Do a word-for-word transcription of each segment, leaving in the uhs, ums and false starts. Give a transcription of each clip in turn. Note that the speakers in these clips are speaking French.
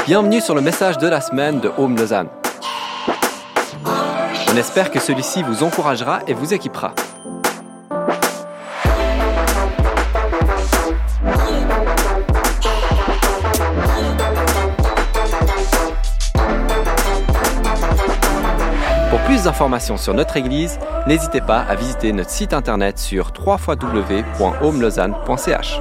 Bienvenue sur le message de la semaine de Home Lausanne. On espère que celui-ci vous encouragera et vous équipera. Pour plus d'informations sur notre Église, n'hésitez pas à visiter notre site internet sur w w w point home lausanne point c h.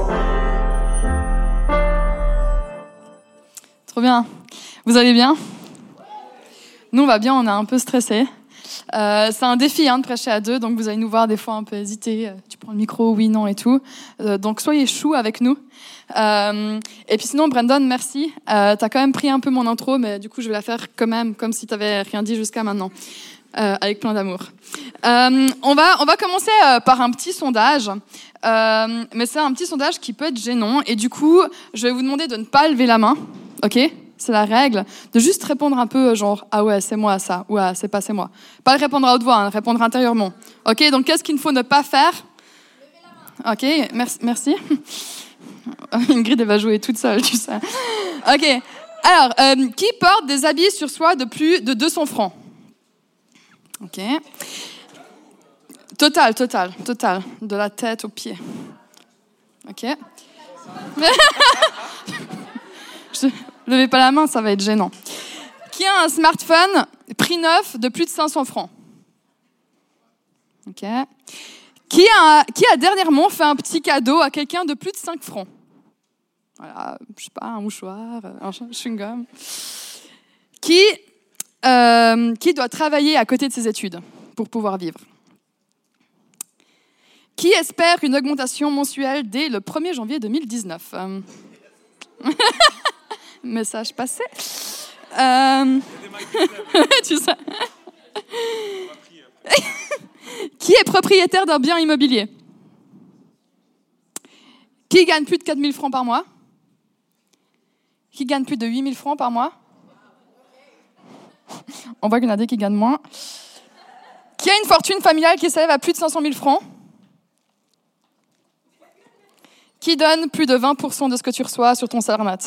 Trop bien. Vous allez bien ? Nous, on va bien, on est un peu stressés. Euh, c'est un défi hein, de prêcher à deux, donc vous allez nous voir des fois un peu hésiter. Tu prends le micro, oui, non et tout. Euh, donc soyez choux avec nous. Euh, et puis sinon, Brandon, merci. Euh, t'as quand même pris un peu mon intro, mais du coup, je vais la faire quand même, comme si t'avais rien dit jusqu'à maintenant, euh, avec plein d'amour. Euh, on va, on va commencer euh, par un petit sondage, euh, mais c'est un petit sondage qui peut être gênant. Et du coup, je vais vous demander de ne pas lever la main, ok ? C'est la règle, de juste répondre un peu genre « Ah ouais, c'est moi ça » ou « Ah, c'est pas c'est moi ». Pas le répondre à haute voix, hein, répondre intérieurement. Ok, donc qu'est-ce qu'il ne faut ne pas faire ? Ok, merci. merci. Ingrid, elle va jouer toute seule, tu sais. Ok, alors, euh, qui porte des habits sur soi de plus de deux cents francs ? Ok. Total, total, total. De la tête aux pieds. Ok. Je... Levez pas la main, ça va être gênant. Qui a un smartphone prix neuf de plus de cinq cents francs ? Ok. Qui a, qui a dernièrement fait un petit cadeau à quelqu'un de plus de cinq francs ? Voilà, je sais pas, un mouchoir, un chewing-gum. Qui, euh, qui doit travailler à côté de ses études pour pouvoir vivre ? Qui espère une augmentation mensuelle dès le premier janvier deux mille dix-neuf ? Message passé. Euh... tu sais. Qui est propriétaire d'un bien immobilier ? Qui gagne plus de quatre mille francs par mois ? Qui gagne plus de huit mille francs par mois ? On voit qu'il y en a des qui gagnent moins. Qui a une fortune familiale qui s'élève à plus de cinq cent mille francs ? Qui donne plus de vingt pour cent de ce que tu reçois sur ton salaire net ?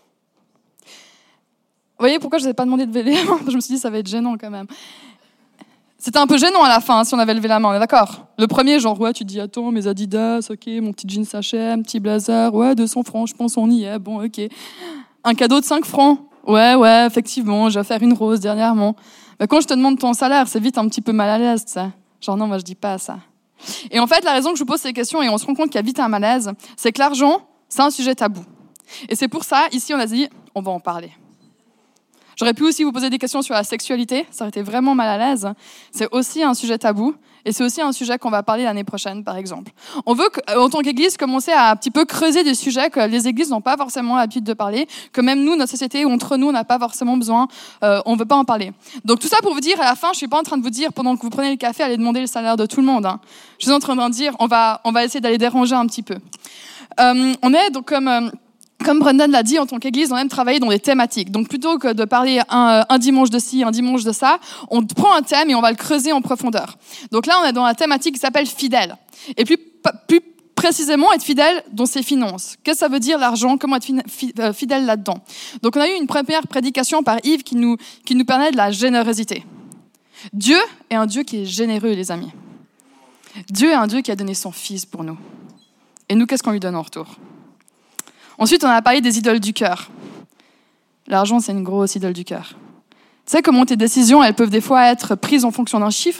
Vous voyez pourquoi je ne vous ai pas demandé de lever la main ? Je me suis dit, ça va être gênant quand même. C'était un peu gênant à la fin, hein, si on avait levé la main, on est d'accord ? Le premier, genre, ouais, tu te dis, attends, mes Adidas, ok, mon petit jeans H et M, petit blazer, ouais, deux cents francs, je pense on y est, bon, ok. Un cadeau de cinq francs, ouais, ouais, effectivement, j'ai offert une rose dernièrement. Mais quand je te demande ton salaire, c'est vite un petit peu mal à l'aise, tu sais. Genre, non, moi, je dis pas ça. Et en fait, la raison que je vous pose ces questions, et on se rend compte qu'il y a vite un malaise, c'est que l'argent, c'est un sujet tabou. Et c'est pour ça, ici, on a dit, on va en parler. J'aurais pu aussi vous poser des questions sur la sexualité, ça aurait été vraiment mal à l'aise. C'est aussi un sujet tabou, et c'est aussi un sujet qu'on va parler l'année prochaine, par exemple. On veut, en tant qu'Église, commencer à un petit peu creuser des sujets que les Églises n'ont pas forcément l'habitude de parler, que même nous, notre société, entre nous, on n'a pas forcément besoin, euh, on ne veut pas en parler. Donc tout ça pour vous dire, à la fin, je ne suis pas en train de vous dire, pendant que vous prenez le café, allez demander le salaire de tout le monde. Hein. Je suis en train de dire, on va, on va essayer d'aller déranger un petit peu. Euh, on est donc comme... Euh, Comme Brendan l'a dit, en tant qu'Église, on aime travailler dans des thématiques. Donc plutôt que de parler un, un dimanche de ci, un dimanche de ça, on prend un thème et on va le creuser en profondeur. Donc là, on est dans la thématique qui s'appelle fidèle. Et plus, plus précisément, être fidèle dans ses finances. Qu'est-ce que ça veut dire l'argent ? Comment être fidèle là-dedans ? Donc on a eu une première prédication par Yves qui nous, qui nous parlait de la générosité. Dieu est un Dieu qui est généreux, les amis. Dieu est un Dieu qui a donné son Fils pour nous. Et nous, qu'est-ce qu'on lui donne en retour ? Ensuite, on a parlé des idoles du cœur. L'argent, c'est une grosse idole du cœur. Tu sais comment tes décisions, elles peuvent des fois être prises en fonction d'un chiffre ?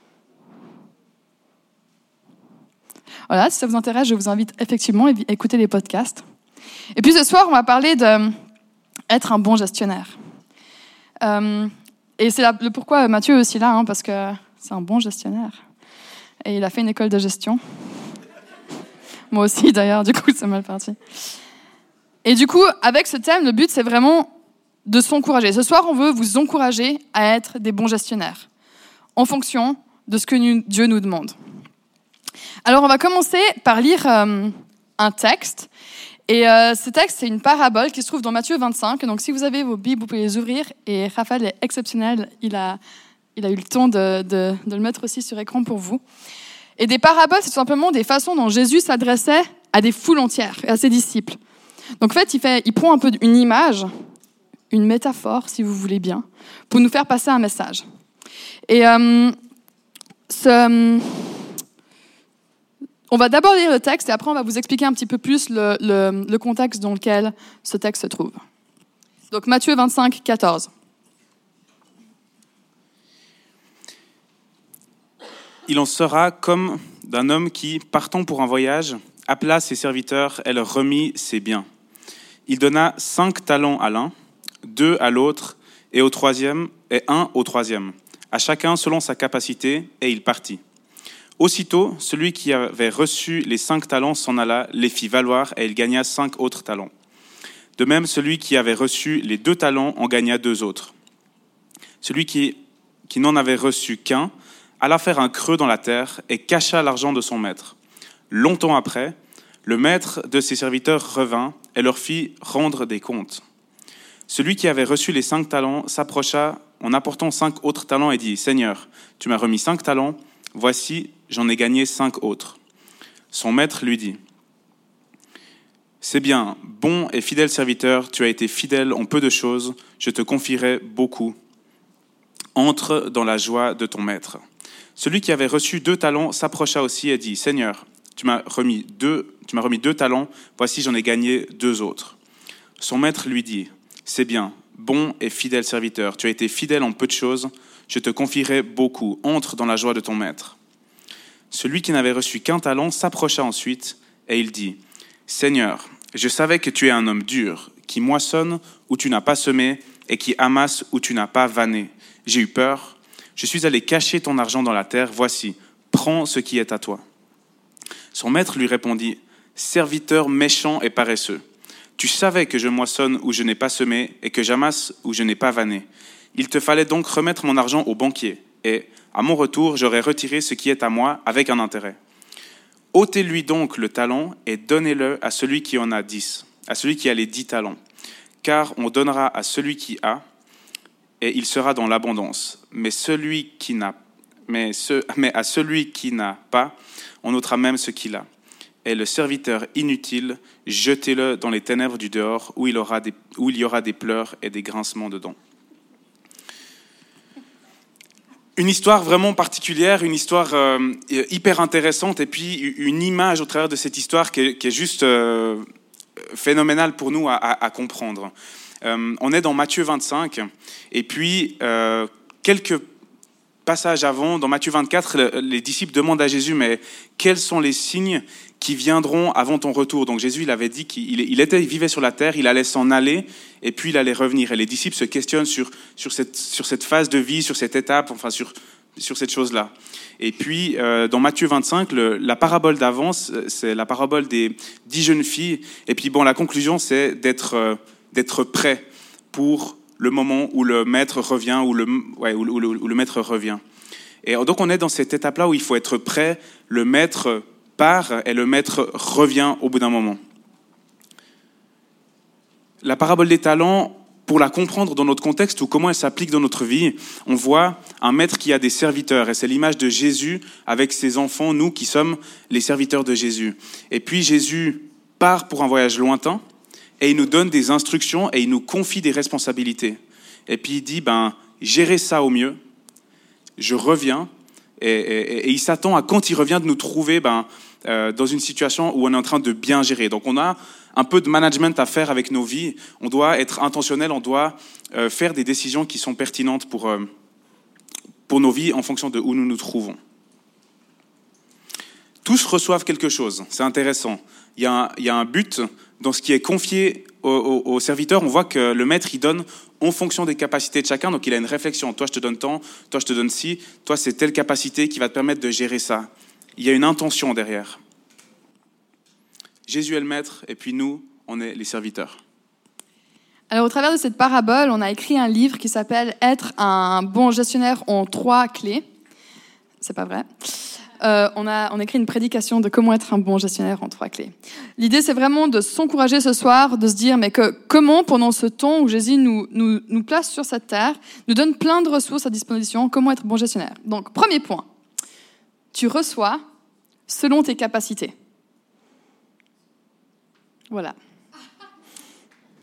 Voilà, si ça vous intéresse, je vous invite effectivement à écouter les podcasts. Et puis ce soir, on va parler d'être un bon gestionnaire. Euh, et c'est la, le pourquoi Mathieu est aussi là, hein, parce que c'est un bon gestionnaire. Et il a fait une école de gestion. Moi aussi, d'ailleurs, du coup, c'est mal parti. Et du coup, avec ce thème, le but, c'est vraiment de s'encourager. Ce soir, on veut vous encourager à être des bons gestionnaires, en fonction de ce que nous, Dieu nous demande. Alors, on va commencer par lire euh, un texte. Et euh, ce texte, c'est une parabole qui se trouve dans Matthieu vingt-cinq. Donc, si vous avez vos Bibles, vous pouvez les ouvrir. Et Raphaël est exceptionnel. Il a, il a eu le temps de, de, de le mettre aussi sur écran pour vous. Et des paraboles, c'est tout simplement des façons dont Jésus s'adressait à des foules entières et à ses disciples. Donc en fait, il, fait, il prend un peu une image une métaphore, si vous voulez bien, pour nous faire passer un message. Et euh, ce, on va d'abord lire le texte et après on va vous expliquer un petit peu plus le, le, le contexte dans lequel ce texte se trouve. Donc Matthieu vingt-cinq, quatorze. Il en sera comme d'un homme qui, partant pour un voyage, appela ses serviteurs et leur remit ses biens. Il donna cinq talents à l'un, deux à l'autre et au troisième et un au troisième, à chacun selon sa capacité, et il partit. Aussitôt, celui qui avait reçu les cinq talents s'en alla, les fit valoir, et il gagna cinq autres talents. De même, celui qui avait reçu les deux talents en gagna deux autres. Celui qui, qui n'en avait reçu qu'un alla faire un creux dans la terre et cacha l'argent de son maître. Longtemps après, le maître de ses serviteurs revint et leur fit rendre des comptes. Celui qui avait reçu les cinq talents s'approcha en apportant cinq autres talents et dit « Seigneur, tu m'as remis cinq talents, voici, j'en ai gagné cinq autres. » Son maître lui dit « C'est bien, bon et fidèle serviteur, tu as été fidèle en peu de choses, je te confierai beaucoup. Entre dans la joie de ton maître. » Celui qui avait reçu deux talents s'approcha aussi et dit « Seigneur, tu m'as remis deux, tu m'as remis deux talents, voici j'en ai gagné deux autres. » Son maître lui dit « C'est bien, bon et fidèle serviteur, tu as été fidèle en peu de choses, je te confierai beaucoup, entre dans la joie de ton maître. » Celui qui n'avait reçu qu'un talent s'approcha ensuite et il dit « Seigneur, je savais que tu es un homme dur, qui moissonne où tu n'as pas semé et qui amasse où tu n'as pas vanné. J'ai eu peur. Je suis allé cacher ton argent dans la terre. Voici, prends ce qui est à toi. » Son maître lui répondit, « Serviteur méchant et paresseux, tu savais que je moissonne où je n'ai pas semé et que j'amasse où je n'ai pas vanné. Il te fallait donc remettre mon argent au banquier, et, à mon retour, j'aurais retiré ce qui est à moi avec un intérêt. Ôtez-lui donc le talent et donnez-le à celui qui en a dix, à celui qui a les dix talents, car on donnera à celui qui a, et il sera dans l'abondance. Mais celui qui n'a, mais, ce, mais à celui qui n'a pas, on ôtera même ce qu'il a. Et le serviteur inutile, jetez-le dans les ténèbres du dehors, où il, aura des, où il y aura des pleurs et des grincements de dents. » Une histoire vraiment particulière, une histoire euh, hyper intéressante, et puis une image au travers de cette histoire qui est, qui est juste euh, phénoménale pour nous à, à, à comprendre. Euh, on est dans Matthieu vingt-cinq, et puis euh, quelques passages avant, dans Matthieu vingt-quatre, les disciples demandent à Jésus, mais quels sont les signes qui viendront avant ton retour? Donc Jésus, il avait dit qu'il il était, il vivait sur la terre, il allait s'en aller, et puis il allait revenir. Et les disciples se questionnent sur, sur, cette, sur cette phase de vie, sur cette étape, enfin sur, sur cette chose-là. Et puis, euh, dans Matthieu vingt-cinq, le, la parabole d'avance, c'est la parabole des dix jeunes filles. Et puis, bon, la conclusion, c'est d'être, euh, d'être prêt pour le moment où le maître revient, où le, ouais, où, où, où le maître revient. Et donc, on est dans cette étape-là où il faut être prêt. Le maître part et le maître revient au bout d'un moment. La parabole des talents, pour la comprendre dans notre contexte ou comment elle s'applique dans notre vie, on voit un maître qui a des serviteurs. Et c'est l'image de Jésus avec ses enfants, nous qui sommes les serviteurs de Jésus. Et puis Jésus part pour un voyage lointain et il nous donne des instructions et il nous confie des responsabilités. Et puis il dit, ben, gérez ça au mieux, je reviens. Et, et, et il s'attend à, quand il revient, de nous trouver ben, euh, dans une situation où on est en train de bien gérer. Donc on a un peu de management à faire avec nos vies. On doit être intentionnel, on doit euh, faire des décisions qui sont pertinentes pour, euh, pour nos vies en fonction de où nous nous trouvons. Tous reçoivent quelque chose, c'est intéressant. Il y a un, il y a un but dans ce qui est confié aux, aux, aux serviteurs. On voit que le maître, il donne en fonction des capacités de chacun. Donc il a une réflexion. Toi, je te donne tant, toi, je te donne ci. Toi, c'est telle capacité qui va te permettre de gérer ça. Il y a une intention derrière. Jésus est le maître et puis nous, on est les serviteurs. Alors, au travers de cette parabole, on a écrit un livre qui s'appelle « Être un bon gestionnaire en trois clés ». C'est pas vrai. Euh, on, a, on a écrit une prédication de comment être un bon gestionnaire en trois clés. L'idée, c'est vraiment de s'encourager ce soir, de se dire mais que comment, pendant ce temps où Jésus nous, nous, nous place sur cette terre, nous donne plein de ressources à disposition, comment être bon gestionnaire. Donc, premier point, tu reçois selon tes capacités. Voilà.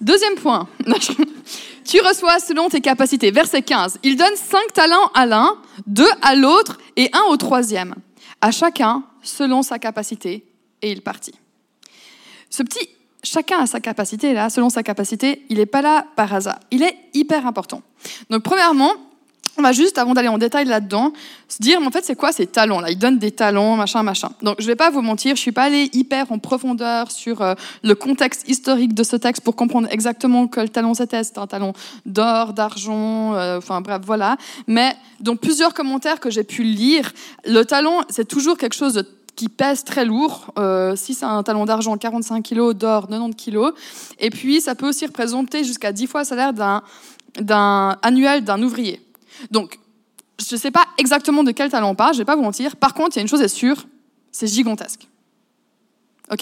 Deuxième point. Tu reçois selon tes capacités. Verset quinze. Il donne cinq talents à l'un, deux à l'autre et un au troisième. À chacun selon sa capacité et il partit. Ce petit chacun a sa capacité là, selon sa capacité, il n'est pas là par hasard. Il est hyper important. Donc premièrement, on va juste, avant d'aller en détail là-dedans, se dire, mais en fait, c'est quoi ces talents là? Ils donnent des talents, machin, machin. Donc, je vais pas vous mentir, je suis pas allée hyper en profondeur sur euh, le contexte historique de ce texte pour comprendre exactement quel talent c'était. C'était un talent d'or, d'argent, euh, enfin bref, voilà. Mais dans plusieurs commentaires que j'ai pu lire, le talent, c'est toujours quelque chose de qui pèse très lourd. Euh, si c'est un talent d'argent, quarante-cinq kilos, d'or, quatre-vingt-dix kilos. Et puis, ça peut aussi représenter jusqu'à dix fois le salaire d'un, d'un annuel d'un ouvrier. Donc, je ne sais pas exactement de quel talent on parle, je ne vais pas vous mentir. Par contre, il y a une chose est sûre, c'est gigantesque. OK ?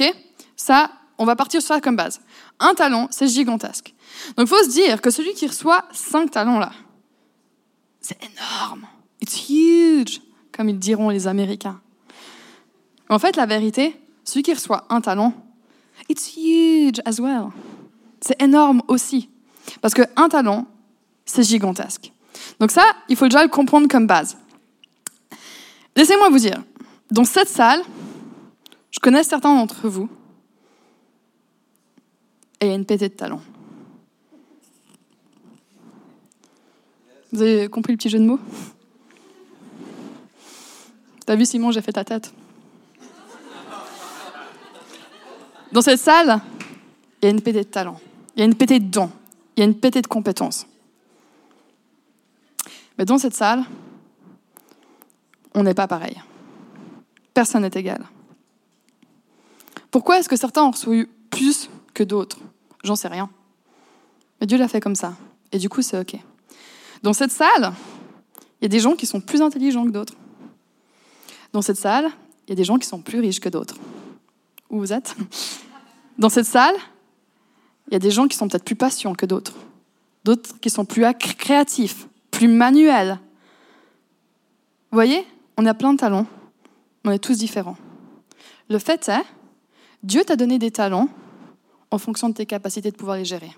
Ça, on va partir sur ça comme base. Un talent, c'est gigantesque. Donc, il faut se dire que celui qui reçoit cinq talents là, c'est énorme. It's huge, comme ils diront les Américains. En fait, la vérité, celui qui reçoit un talent, it's huge as well. C'est énorme aussi. Parce qu'un talent, c'est gigantesque. Donc ça, il faut déjà le comprendre comme base. Laissez-moi vous dire, dans cette salle, je connais certains d'entre vous, et il y a une pétée de talent. Vous avez compris le petit jeu de mots ? T'as vu, Simon, j'ai fait ta tête. Dans cette salle, il y a une pétée de talent, il y a une pétée de dons, il y a une pétée de compétences. Mais dans cette salle, on n'est pas pareil. Personne n'est égal. Pourquoi est-ce que certains ont reçu plus que d'autres ? J'en sais rien. Mais Dieu l'a fait comme ça. Et du coup, c'est OK. Dans cette salle, il y a des gens qui sont plus intelligents que d'autres. Dans cette salle, il y a des gens qui sont plus riches que d'autres. Où vous êtes ? Dans cette salle, il y a des gens qui sont peut-être plus patients que d'autres. D'autres qui sont plus créatifs, plus manuels. Vous voyez, on a plein de talents, on est tous différents. Le fait est, Dieu t'a donné des talents en fonction de tes capacités de pouvoir les gérer.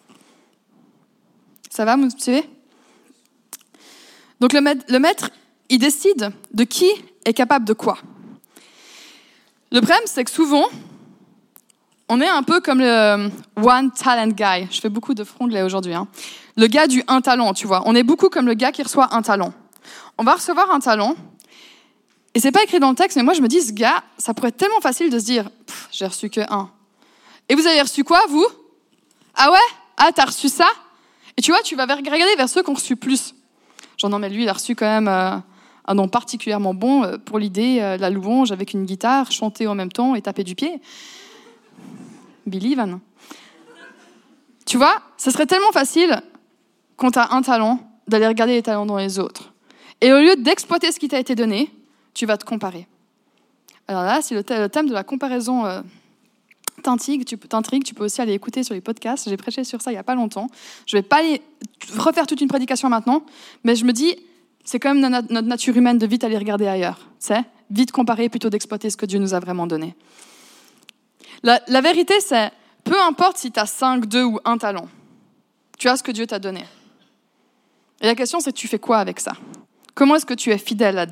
Ça va, vous suivez ? Donc le maître, le maître, il décide de qui est capable de quoi. Le problème, c'est que souvent, on est un peu comme le one talent guy. Je fais beaucoup de franglais aujourd'hui. Hein. Le gars du un talent, tu vois. On est beaucoup comme le gars qui reçoit un talent. On va recevoir un talent, et c'est pas écrit dans le texte, mais moi je me dis, ce gars, ça pourrait être tellement facile de se dire, j'ai reçu que un. Et vous avez reçu quoi, vous ? Ah ouais ? Ah, t'as reçu ça ? Et tu vois, tu vas regarder vers ceux qui ont reçu plus. Genre, non, mais lui, il a reçu quand même euh, un nom particulièrement bon euh, pour l'idée, euh, la louange avec une guitare, chanter en même temps et taper du pied. Billy Van. Tu vois, ce serait tellement facile, quand tu as un talent, d'aller regarder les talents dans les autres. Et au lieu d'exploiter ce qui t'a été donné, tu vas te comparer. Alors là, si le thème de la comparaison euh, t'intrigue, tu, t'intrigue, tu peux aussi aller écouter sur les podcasts. J'ai prêché sur ça il n'y a pas longtemps. Je ne vais pas aller refaire toute une prédication maintenant, mais je me dis, c'est quand même notre nature humaine de vite aller regarder ailleurs. C'est vite comparer plutôt d'exploiter ce que Dieu nous a vraiment donné. La, la vérité, c'est, peu importe si tu as cinq, deux ou un talent, tu as ce que Dieu t'a donné. Et la question, c'est tu fais quoi avec ça ? Comment est-ce que tu es fidèle là-dedans ?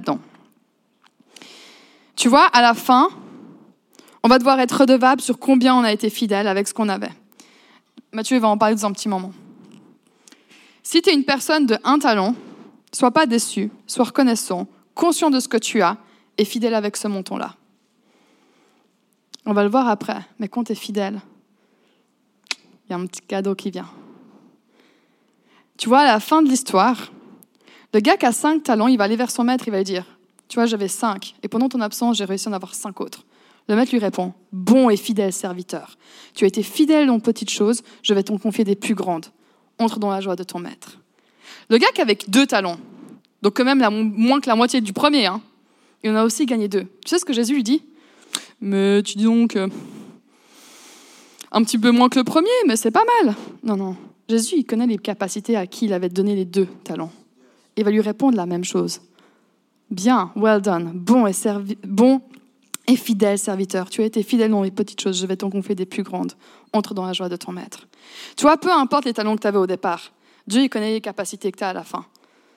Tu vois, à la fin, on va devoir être redevable sur combien on a été fidèle avec ce qu'on avait. Mathieu va en parler dans un petit moment. Si tu es une personne de un talent, sois pas déçu, sois reconnaissant, conscient de ce que tu as et fidèle avec ce montant-là. On va le voir après, mais quand tu es fidèle, il y a un petit cadeau qui vient. Tu vois, à la fin de l'histoire, le gars qui a cinq talents, il va aller vers son maître, il va lui dire, tu vois, j'avais cinq, et pendant ton absence, j'ai réussi à en avoir cinq autres. Le maître lui répond, bon et fidèle serviteur, tu as été fidèle dans petites choses, je vais t'en confier des plus grandes. Entre dans la joie de ton maître. Le gars qui avait deux talents, donc quand même la, moins que la moitié du premier, hein, il en a aussi gagné deux. Tu sais ce que Jésus lui dit ? Mais tu dis donc, euh, un petit peu moins que le premier, mais c'est pas mal. Non, non. Jésus, il connaît les capacités à qui il avait donné les deux talents. Il va lui répondre la même chose. Bien, well done, bon et, servi- bon Et fidèle serviteur, tu as été fidèle dans les petites choses, je vais t'en confier des plus grandes. Entre dans la joie de ton maître. Tu vois, peu importe les talents que tu avais au départ, Dieu il connaît les capacités que tu as à la fin.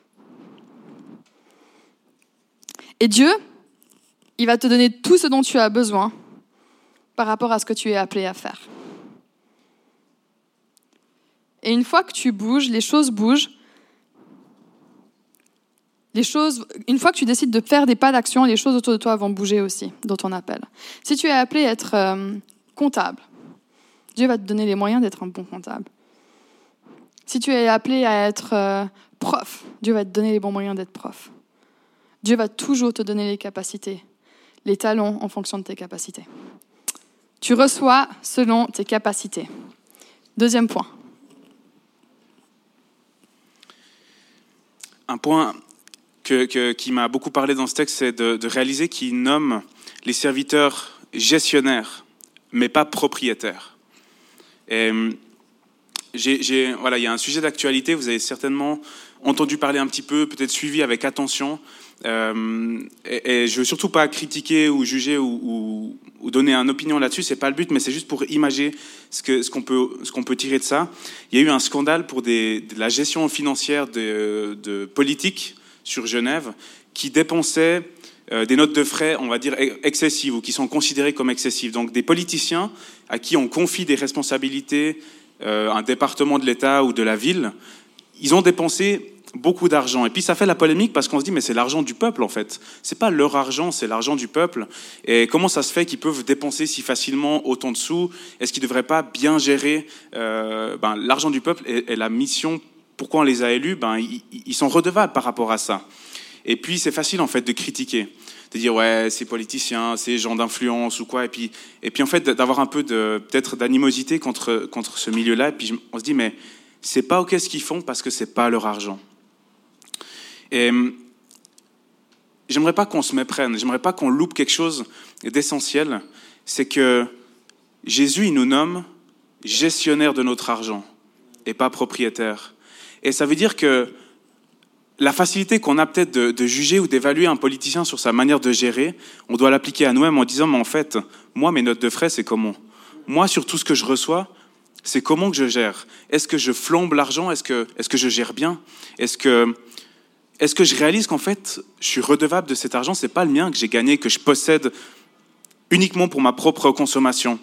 Et Dieu, il va te donner tout ce dont tu as besoin par rapport à ce que tu es appelé à faire. Et une fois que tu bouges, les choses bougent. Les choses, une fois que tu décides de faire des pas d'action, les choses autour de toi vont bouger aussi, dans ton appel. Si tu es appelé à être euh, comptable, Dieu va te donner les moyens d'être un bon comptable. Si tu es appelé à être euh, prof, Dieu va te donner les bons moyens d'être prof. Dieu va toujours te donner les capacités, les talents en fonction de tes capacités. Tu reçois selon tes capacités. Deuxième point. Un point que, que, qui m'a beaucoup parlé dans ce texte, c'est de, de réaliser qu'il nomme les serviteurs gestionnaires, mais pas propriétaires. Et j'ai, j'ai, voilà, il y a un sujet d'actualité, vous avez certainement entendu parler un petit peu, peut-être suivi avec attention. Euh, et, et je veux surtout pas critiquer ou juger ou, ou, ou donner une opinion là-dessus, c'est pas le but, mais c'est juste pour imager ce, que, ce, qu'on peut, ce qu'on peut tirer de ça. Il y a eu un scandale pour des, de la gestion financière de, de politiques sur Genève qui dépensaient euh, des notes de frais, on va dire, excessives ou qui sont considérées comme excessives. Donc des politiciens à qui on confie des responsabilités, euh, un département de l'État ou de la ville, ils ont dépensé beaucoup d'argent. Et puis ça fait la polémique parce qu'on se dit mais c'est l'argent du peuple en fait. C'est pas leur argent, c'est l'argent du peuple. Et comment ça se fait qu'ils peuvent dépenser si facilement autant de sous? Est-ce qu'ils devraient pas bien gérer euh, ben, l'argent du peuple et, et la mission? Pourquoi on les a élus? Ben ils, ils sont redevables par rapport à ça. Et puis c'est facile en fait de critiquer, de dire ouais c'est politiciens, c'est gens d'influence ou quoi. Et puis et puis en fait d'avoir un peu de peut-être d'animosité contre contre ce milieu-là. Et puis on se dit mais c'est pas ok ce qu'ils font parce que c'est pas leur argent. Et j'aimerais pas qu'on se méprenne, j'aimerais pas qu'on loupe quelque chose d'essentiel, c'est que Jésus, il nous nomme gestionnaire de notre argent et pas propriétaire. Et ça veut dire que la facilité qu'on a peut-être de, de juger ou d'évaluer un politicien sur sa manière de gérer, on doit l'appliquer à nous-mêmes en disant, mais en fait, moi, mes notes de frais, c'est comment? Moi, sur tout ce que je reçois, c'est comment que je gère? Est-ce que je flambe l'argent? Est-ce que, est-ce que je gère bien? Est-ce que... Est-ce que je réalise qu'en fait, je suis redevable de cet argent? C'est pas le mien que j'ai gagné, que je possède uniquement pour ma propre consommation.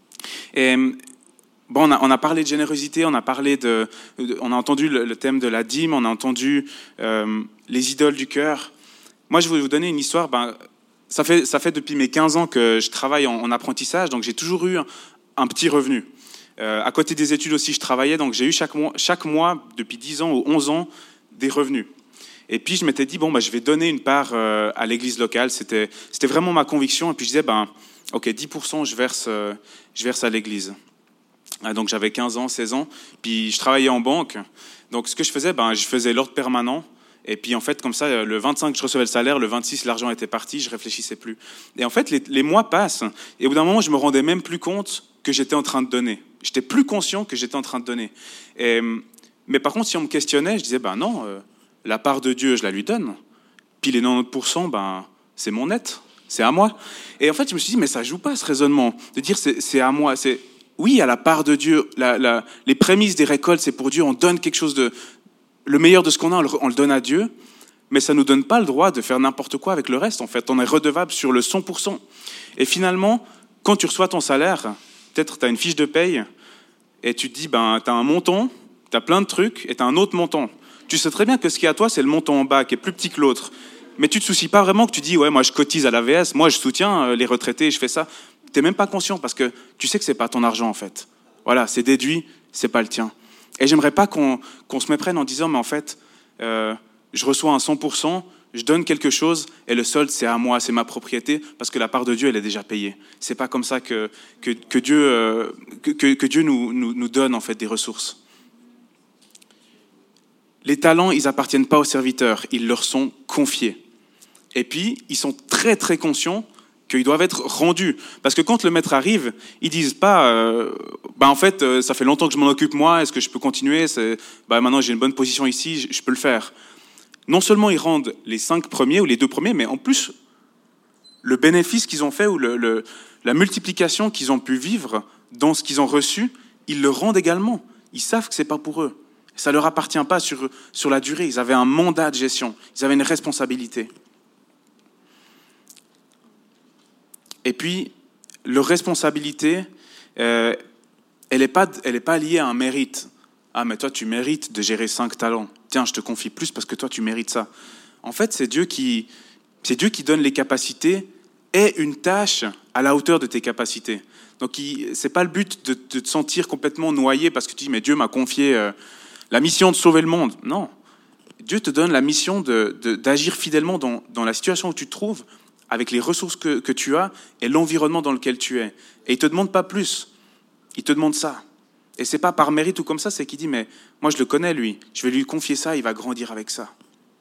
Et bon, on a, on a parlé de générosité, on a parlé de, de on a entendu le, le thème de la dîme, on a entendu euh, les idoles du cœur. Moi, je vais vous donner une histoire. Ben, ça fait ça fait depuis mes quinze ans que je travaille en, en apprentissage, donc j'ai toujours eu un, un petit revenu. Euh, à côté des études aussi, je travaillais, donc j'ai eu chaque mois, chaque mois depuis dix ans ou onze ans des revenus. Et puis je m'étais dit bon bah je vais donner une part euh, à l'église locale. C'était c'était vraiment ma conviction. Et puis je disais ben ok dix pour cent je verse euh, je verse à l'église. Ah, donc j'avais quinze ans, seize ans. Puis je travaillais en banque. Donc ce que je faisais ben je faisais l'ordre permanent. Et puis en fait comme ça le vingt-cinq je recevais le salaire, le vingt-six l'argent était parti, je réfléchissais plus. Et en fait les, les mois passent. Et au bout d'un moment je me rendais même plus compte que j'étais en train de donner. J'étais plus conscient que j'étais en train de donner. Et, mais par contre si on me questionnait je disais ben non. Euh, La part de Dieu, je la lui donne. Puis les quatre-vingt-dix pour cent, ben, c'est mon net, c'est à moi. Et en fait, je me suis dit, mais ça joue pas ce raisonnement de dire c'est, c'est à moi. C'est oui, à la part de Dieu, la, la, les prémices des récoltes, c'est pour Dieu. On donne quelque chose de le meilleur de ce qu'on a, on le, on le donne à Dieu. Mais ça nous donne pas le droit de faire n'importe quoi avec le reste. En fait, on est redevable sur le cent pour cent. Et finalement, quand tu reçois ton salaire, peut-être tu as une fiche de paye et tu te dis, ben, tu as un montant, tu as plein de trucs et tu as un autre montant. Tu sais très bien que ce qui est à toi, c'est le montant en bas, qui est plus petit que l'autre. Mais tu ne te soucies pas vraiment que tu dis, ouais, moi je cotise à l'A V S, moi je soutiens les retraités, je fais ça. Tu n'es même pas conscient parce que tu sais que ce n'est pas ton argent en fait. Voilà, c'est déduit, ce n'est pas le tien. Et j'aimerais pas qu'on, qu'on se méprenne en disant, mais en fait, euh, je reçois un cent pour cent, je donne quelque chose et le solde, c'est à moi, c'est ma propriété, parce que la part de Dieu, elle est déjà payée. Ce n'est pas comme ça que, que, que Dieu, euh, que, que, que Dieu nous, nous, nous donne en fait des ressources. Les talents, ils appartiennent pas aux serviteurs, ils leur sont confiés. Et puis, ils sont très très conscients qu'ils doivent être rendus. Parce que quand le maître arrive, ils disent pas euh, bah en fait, euh, ça fait longtemps que je m'en occupe moi, est-ce que je peux continuer? C'est, bah maintenant j'ai une bonne position ici, je, je peux le faire. Non seulement ils rendent les cinq premiers ou les deux premiers, mais en plus, le bénéfice qu'ils ont fait ou le, le, la multiplication qu'ils ont pu vivre dans ce qu'ils ont reçu, ils le rendent également. Ils savent que ce n'est pas pour eux. Ça ne leur appartient pas sur, sur la durée. Ils avaient un mandat de gestion. Ils avaient une responsabilité. Et puis, leur responsabilité, euh, elle n'est pas, elle n'est pas liée à un mérite. Ah, mais toi, tu mérites de gérer cinq talents. Tiens, je te confie plus parce que toi, tu mérites ça. En fait, c'est Dieu qui, c'est Dieu qui donne les capacités et une tâche à la hauteur de tes capacités. Donc, ce n'est pas le but de, de te sentir complètement noyé parce que tu dis, mais Dieu m'a confié euh, la mission de sauver le monde. Non. Dieu te donne la mission de, de, d'agir fidèlement dans, dans la situation où tu te trouves, avec les ressources que, que tu as et l'environnement dans lequel tu es. Et il ne te demande pas plus. Il te demande ça. Et ce n'est pas par mérite ou comme ça, c'est qu'il dit, mais moi je le connais lui, je vais lui confier ça, il va grandir avec ça.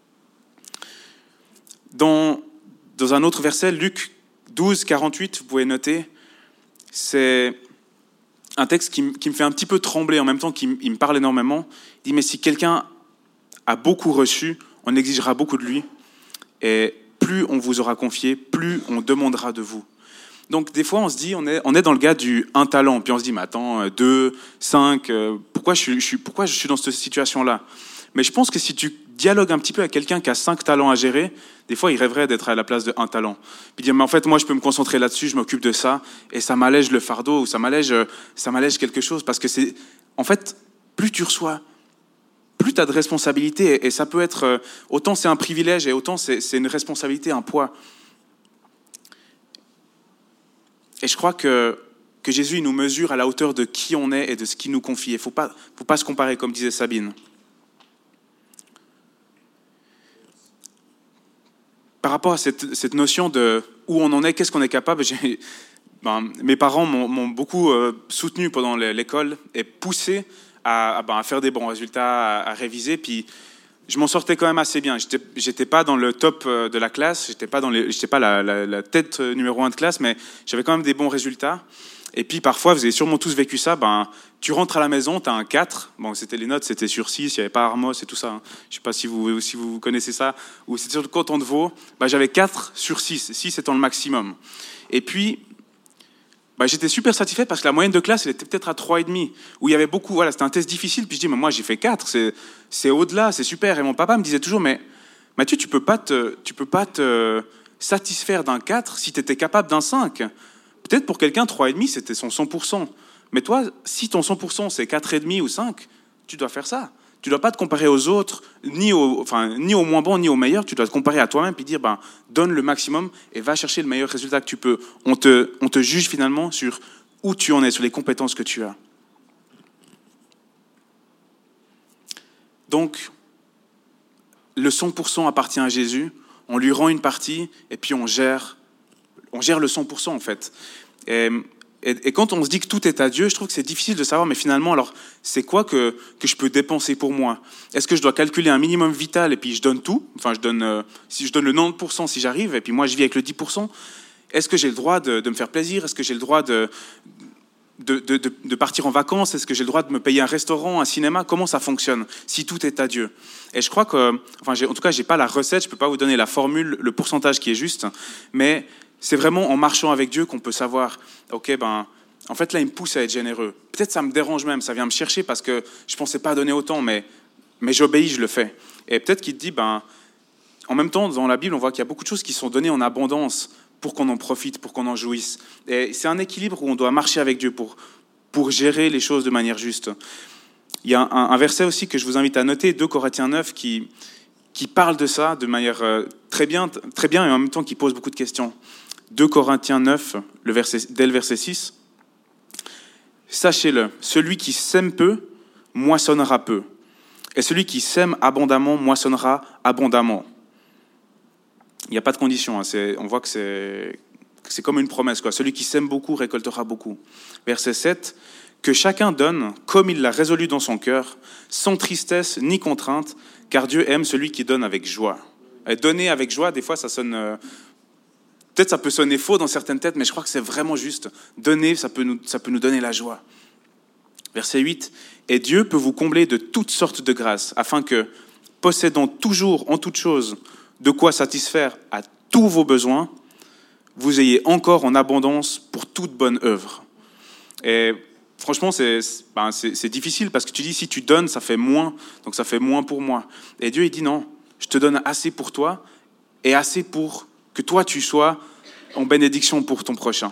Dans, dans un autre verset, Luc douze, quarante-huit, vous pouvez noter, c'est un texte qui, qui me fait un petit peu trembler, en même temps qu'il il me parle énormément. Il dit, mais si quelqu'un a beaucoup reçu, on exigera beaucoup de lui, et plus on vous aura confié, plus on demandera de vous. Donc des fois on se dit, on est, on est dans le gars du un talent, puis on se dit, mais attends, deux, cinq, euh, pourquoi, je suis, je suis, pourquoi je suis dans cette situation-là ? Mais je pense que si tu dialogues un petit peu avec quelqu'un qui a cinq talents à gérer, des fois il rêverait d'être à la place de un talent. Puis dire, mais en fait moi je peux me concentrer là-dessus, je m'occupe de ça, et ça m'allège le fardeau, ou ça m'allège, ça m'allège quelque chose, parce que c'est, en fait, plus tu reçois, plus tu as de responsabilités, et ça peut être, autant c'est un privilège, et autant c'est, c'est une responsabilité, un poids. Et je crois que, que Jésus il nous mesure à la hauteur de qui on est et de ce qu'il nous confie. Il ne faut pas, faut pas se comparer, comme disait Sabine. Par rapport à cette, cette notion de où on en est, qu'est-ce qu'on est capable, j'ai, ben, mes parents m'ont, m'ont beaucoup euh, soutenu pendant l'école et poussé à, à, ben, à faire des bons résultats, à, à réviser. Puis je m'en sortais quand même assez bien. J'étais, j'étais pas dans le top de la classe, j'étais pas dans les, j'étais pas la, la, la tête numéro un de classe, mais j'avais quand même des bons résultats. Et puis parfois, vous avez sûrement tous vécu ça, ben, tu rentres à la maison, tu as un quatre, bon, c'était les notes, c'était sur six, il n'y avait pas Armos et tout ça. Hein. Je sais pas si vous, si vous connaissez ça, ou c'était sur le canton de Vaud, ben, j'avais quatre sur six, six étant le maximum. Et puis, bah, j'étais super satisfait parce que la moyenne de classe, elle était peut-être à trois virgule cinq, où il y avait beaucoup, voilà, c'était un test difficile, puis je dis, mais moi j'ai fait quatre, c'est, c'est au-delà, c'est super. Et mon papa me disait toujours, mais Mathieu, tu peux pas te, tu peux pas te satisfaire d'un quatre si tu étais capable d'un cinq. Peut-être pour quelqu'un, trois virgule cinq, c'était son cent pour cent. Mais toi, si ton cent pour cent, c'est quatre virgule cinq ou cinq, tu dois faire ça. Tu ne dois pas te comparer aux autres, ni au, enfin, ni au moins bon, ni au meilleur. Tu dois te comparer à toi-même et dire, ben, donne le maximum et va chercher le meilleur résultat que tu peux. On te, on te juge finalement sur où tu en es, sur les compétences que tu as. Donc, le cent pour cent appartient à Jésus. On lui rend une partie et puis on gère, on gère le cent pour cent en fait. Et, Et, et quand on se dit que tout est à Dieu, je trouve que c'est difficile de savoir, mais finalement, alors, c'est quoi que, que je peux dépenser pour moi ? Est-ce que je dois calculer un minimum vital et puis je donne tout ? Enfin, je donne, euh, si je donne le quatre-vingt-dix pour cent si j'arrive, et puis moi, je vis avec le dix pour cent. Est-ce que j'ai le droit de, de me faire plaisir ? Est-ce que j'ai le droit de, de, de, de, de partir en vacances ? Est-ce que j'ai le droit de me payer un restaurant, un cinéma ? Comment ça fonctionne si tout est à Dieu ? Et je crois que, enfin, j'ai, en tout cas, j'ai pas la recette, je peux pas vous donner la formule, le pourcentage qui est juste, mais c'est vraiment en marchant avec Dieu qu'on peut savoir, ok, ben, en fait, là, il me pousse à être généreux. Peut-être ça me dérange même, ça vient me chercher parce que je ne pensais pas donner autant, mais, mais j'obéis, je le fais. Et peut-être qu'il te dit, ben, en même temps, dans la Bible, on voit qu'il y a beaucoup de choses qui sont données en abondance pour qu'on en profite, pour qu'on en jouisse. Et c'est un équilibre où on doit marcher avec Dieu pour, pour gérer les choses de manière juste. Il y a un, un verset aussi que je vous invite à noter, deux Corinthiens neuf, qui, qui parle de ça de manière très bien, très bien et en même temps qui pose beaucoup de questions. deux Corinthiens neuf, le verset, dès le verset six. « Sachez-le, celui qui sème peu, moissonnera peu. Et celui qui sème abondamment, moissonnera abondamment. » Il n'y a pas de condition. Hein. C'est, on voit que c'est, que c'est comme une promesse, quoi. Celui qui sème beaucoup récoltera beaucoup. Verset sept. « Que chacun donne comme il l'a résolu dans son cœur, sans tristesse ni contrainte, car Dieu aime celui qui donne avec joie. » Et donner avec joie, des fois, ça sonne... Euh, Peut-être ça peut sonner faux dans certaines têtes, mais je crois que c'est vraiment juste. Donner, ça peut nous, ça peut nous donner la joie. Verset huit. « Et Dieu peut vous combler de toutes sortes de grâces, afin que, possédant toujours en toutes choses de quoi satisfaire à tous vos besoins, vous ayez encore en abondance pour toute bonne œuvre. Et franchement, c'est, ben, c'est, c'est difficile parce que tu dis, si tu donnes, ça fait moins, donc ça fait moins pour moi. Et Dieu, il dit non, je te donne assez pour toi et assez pour que toi, tu sois en bénédiction pour ton prochain.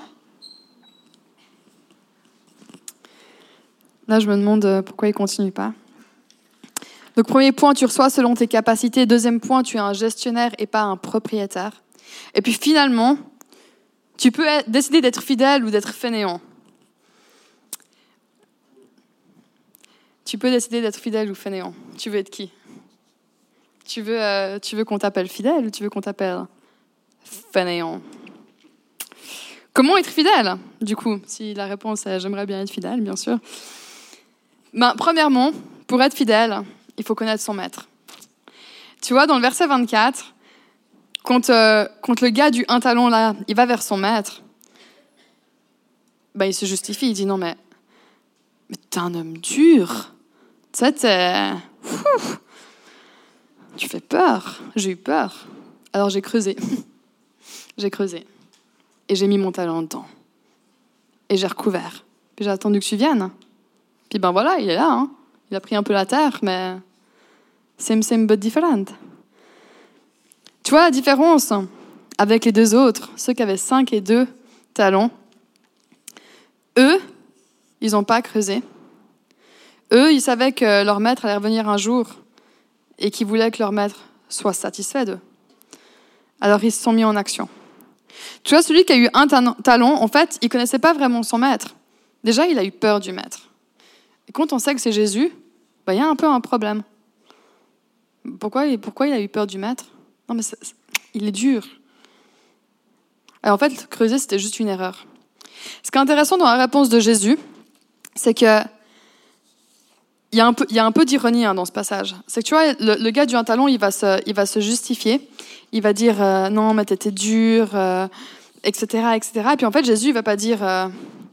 Là, je me demande pourquoi il ne continue pas. Donc, premier point, tu reçois selon tes capacités. Deuxième point, tu es un gestionnaire et pas un propriétaire. Et puis finalement, tu peux être, décider d'être fidèle ou d'être fainéant. Tu peux décider d'être fidèle ou fainéant. Tu veux être qui ? Tu veux, euh, tu veux qu'on t'appelle fidèle ou tu veux qu'on t'appelle fainéant ? Comment être fidèle ? Du coup, si la réponse est « j'aimerais bien être fidèle », bien sûr. Ben, premièrement, pour être fidèle, il faut connaître son maître. Tu vois, dans le verset vingt-quatre, quand, euh, quand le gars du un talon, là, il va vers son maître, ben, il se justifie, il dit « non, mais, mais t'es un homme dur. Tu sais, t'es... Ouf, tu fais peur. J'ai eu peur. Alors j'ai creusé. j'ai creusé. Et j'ai mis mon talent dedans. Et j'ai recouvert. Puis j'ai attendu que tu viennes. Puis ben voilà, il est là. Hein. Il a pris un peu la terre, mais same, same, but different. Tu vois la différence avec les deux autres, ceux qui avaient cinq et deux talents. Eux, ils n'ont pas creusé. Eux, ils savaient que leur maître allait revenir un jour et qu'ils voulaient que leur maître soit satisfait d'eux. Alors ils se sont mis en action. Tu vois, celui qui a eu un talent, en fait, il ne connaissait pas vraiment son maître. Déjà, il a eu peur du maître. Et quand on sait que c'est Jésus, ben, il y a un peu un problème. Pourquoi, pourquoi il a eu peur du maître ? Non, mais c'est, c'est, il est dur. Alors en fait, creuser, c'était juste une erreur. Ce qui est intéressant dans la réponse de Jésus, c'est que il y a un peu, il y a un peu d'ironie hein, dans ce passage. C'est que tu vois, le, le gars du un talent, il va se, il va se justifier. Il va dire euh, non, mais t'étais dur, euh, et cetera, et cetera. Et puis en fait, Jésus, il va pas dire. Euh...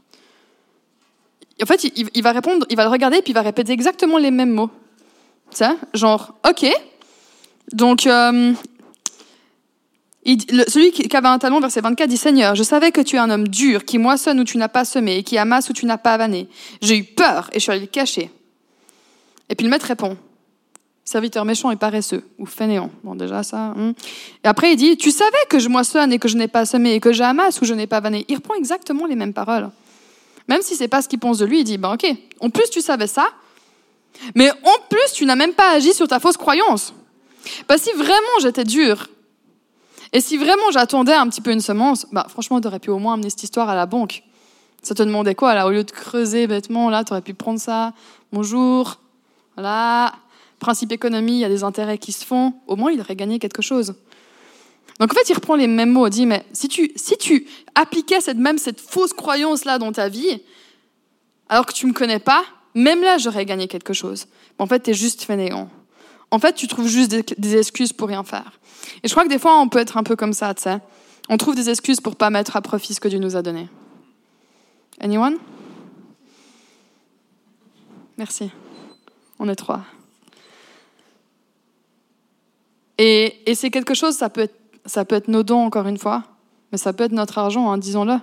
En fait, il, il va répondre, il va le regarder, puis il va répéter exactement les mêmes mots. Tu sais, genre, ok. Donc, euh, il, le, celui qui avait un talent, verset vingt-quatre, dit Seigneur, je savais que tu es un homme dur, qui moissonne où tu n'as pas semé, et qui amasse où tu n'as pas vanné. J'ai eu peur et je suis allé le cacher. Et puis le maître répond, serviteur méchant et paresseux, ou fainéant. Bon, déjà ça. Hum. Et après, il dit, tu savais que je moissonne et que je n'ai pas semé, et que j'amasse ou je n'ai pas vanné. Il reprend exactement les mêmes paroles. Même si c'est pas ce qu'il pense de lui, il dit, ben ok, en plus tu savais ça, mais en plus tu n'as même pas agi sur ta fausse croyance. Parce que si vraiment j'étais dur, et si vraiment j'attendais un petit peu une semence, bah franchement, tu aurais pu au moins amener cette histoire à la banque. Ça te demandait quoi, là, au lieu de creuser bêtement, là, tu aurais pu prendre ça, bonjour, voilà, principe économie, il y a des intérêts qui se font, au moins il aurait gagné quelque chose. Donc en fait, il reprend les mêmes mots, il dit, mais si tu, si tu appliquais cette, même cette fausse croyance-là dans ta vie, alors que tu ne me connais pas, même là, j'aurais gagné quelque chose. Mais en fait, tu es juste fainéant. En fait, tu trouves juste des, des excuses pour rien faire. Et je crois que des fois, on peut être un peu comme ça, tu sais. On trouve des excuses pour pas mettre à profit ce que Dieu nous a donné. Anyone? Merci. On est trois. Et, et c'est quelque chose, ça peut être, ça peut être nos dons, encore une fois, mais ça peut être notre argent, hein, disons-le.